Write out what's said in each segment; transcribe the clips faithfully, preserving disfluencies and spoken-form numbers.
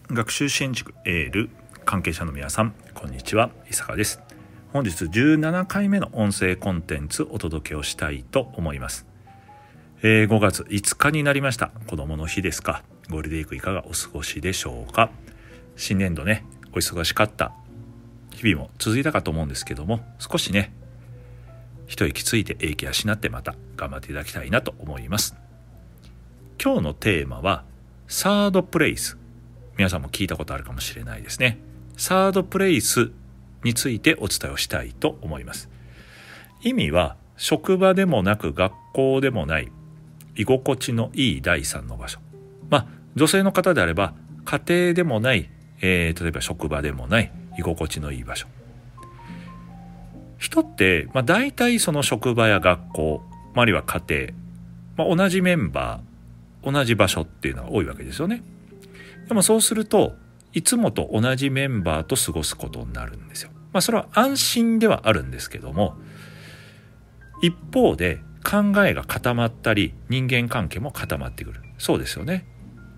学習支援塾エール関係者の皆さん、こんにちは。伊坂です。本日じゅうななかいめの音声コンテンツお届けをしたいと思います。えー、ごがついつかになりました。子どもの日ですか。ゴールデンウィークいかがお過ごしでしょうか。新年度ね、お忙しかった日々も続いたかと思うんですけども、少しね一息ついて英気養ってまた頑張っていただきたいなと思います。今日のテーマはサードプレイス。皆さんも聞いたことあるかもしれないですね。サードプレイスについてお伝えをしたいと思います。意味は職場でもなく学校でもない居心地のいい第三の場所。まあ女性の方であれば家庭でもない、えー、例えば職場でもない居心地のいい場所。人って、まあ、大体その職場や学校、あるいは家庭、まあ、同じメンバー同じ場所っていうのが多いわけですよね。でもそうするといつもと同じメンバーと過ごすことになるんですよ。まあそれは安心ではあるんですけども、一方で考えが固まったり人間関係も固まってくる。そうですよね。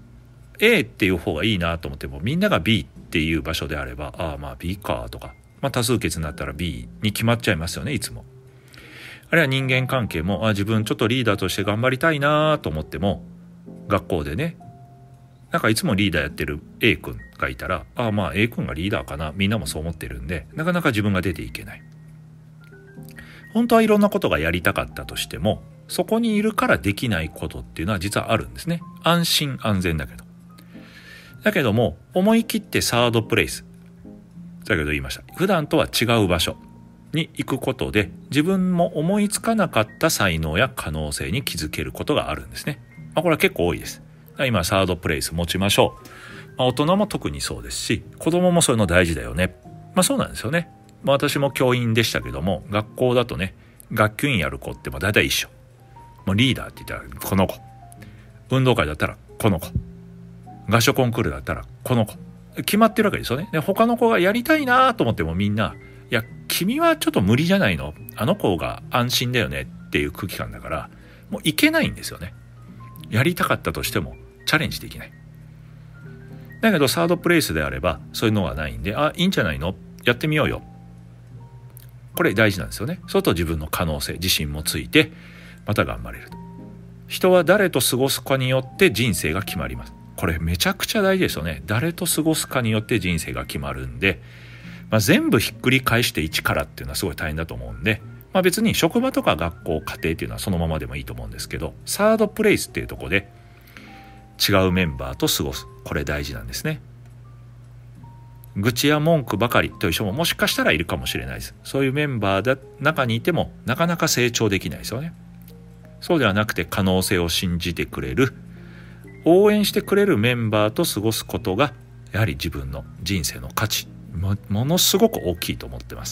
A っていう方がいいなと思っても、みんなが B っていう場所であれば、ああまあ B かとか、まあ多数決になったら B に決まっちゃいますよね、いつも。あるいは人間関係も、あ自分ちょっとリーダーとして頑張りたいなと思っても、学校でねなんかいつもリーダーやってる A 君がいたら、ああまあ A 君がリーダーかな、みんなもそう思ってるんで、なかなか自分が出ていけない。本当はいろんなことがやりたかったとしても、そこにいるからできないことっていうのは実はあるんですね。安心安全だけど。だけども思い切ってサードプレイス、先ほど言いました、普段とは違う場所に行くことで自分も思いつかなかった才能や可能性に気づけることがあるんですね。まあ、これは結構多いです。今サードプレイス持ちましょう。まあ、大人も特にそうですし、子供もそういうの大事だよね。まあそうなんですよね。まあ、私も教員でしたけども、学校だとね、学級委員やる子っても大体一緒。もうリーダーって言ったらこの子、運動会だったらこの子、合唱コンクールだったらこの子、決まってるわけですよね。で他の子がやりたいなと思ってもみんな、いや君はちょっと無理じゃないの、あの子が安心だよねっていう空気感だから、もういけないんですよね。やりたかったとしてもチャレンジできない。だけどサードプレイスであればそういうのがないんで、あいいんじゃないの、やってみようよ、これ大事なんですよね。そうすると自分の可能性、自信もついてまた頑張れる。人は誰と過ごすかによって人生が決まります。これめちゃくちゃ大事ですよね。誰と過ごすかによって人生が決まるんで、まあ、全部ひっくり返して一からっていうのはすごい大変だと思うんで、まあ、別に職場とか学校家庭っていうのはそのままでもいいと思うんですけど、サードプレイスっていうところで違うメンバーと過ごす、これ大事なんですね。愚痴や文句ばかりという人ももしかしたらいるかもしれないです。そういうメンバーの中にいてもなかなか成長できないですよね。そうではなくて可能性を信じてくれる、応援してくれるメンバーと過ごすことがやはり自分の人生の価値、も、ものすごく大きいと思ってます。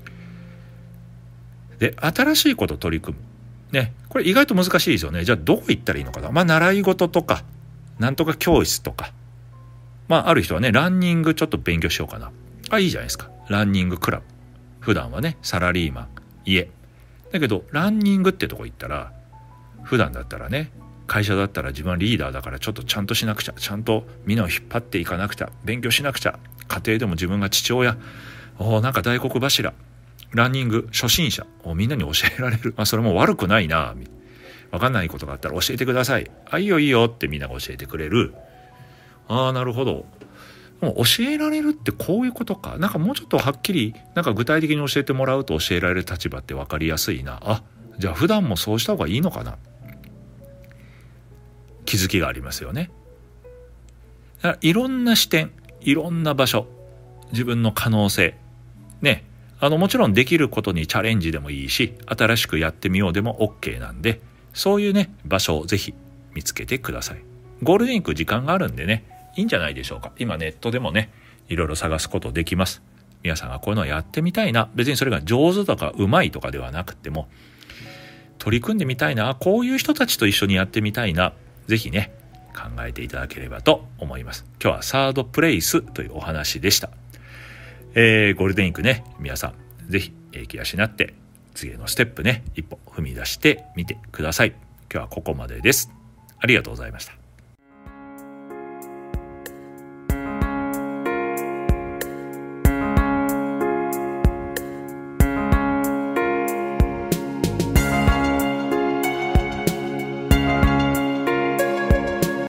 で、新しいことを取り組むね、これ意外と難しいですよね。じゃあどこ行ったらいいのかな。まあ習い事とかなんとか教室とか、まあある人はねランニングちょっと勉強しようかな、あいいじゃないですか。ランニングクラブ、普段はねサラリーマン家だけど、ランニングってとこ行ったら、普段だったらね会社だったら自分はリーダーだからちょっとちゃんとしなくちゃ、ちゃんとみんなを引っ張っていかなくちゃ、勉強しなくちゃ、家庭でも自分が父親、おなんか大黒柱、ランニング初心者をみんなに教えられる、まあ、それも悪くないな、分かんないことがあったら教えてください、あいいよいいよってみんなが教えてくれる。ああなるほど、もう教えられるってこういうことか。なんかもうちょっとはっきりなんか具体的に教えてもらうと教えられる立場って分かりやすいな。あじゃあ普段もそうした方がいいのかな、気づきがありますよね。だからいろんな視点、いろんな場所、自分の可能性ね、あのもちろんできることにチャレンジでもいいし、新しくやってみようでも OK なんで、そういうね場所をぜひ見つけてください。ゴールデンウィーク時間があるんでね、いいんじゃないでしょうか。今ネットでもねいろいろ探すことできます。皆さんがこういうのをやってみたいな、別にそれが上手とかうまいとかではなくても取り組んでみたいな、こういう人たちと一緒にやってみたいな、ぜひね考えていただければと思います。今日はサードプレイスというお話でした。えー、ゴールデンウィークね、皆さんぜひ英気養って次へのステップね一歩踏み出してみてください。今日はここまでです。ありがとうございました。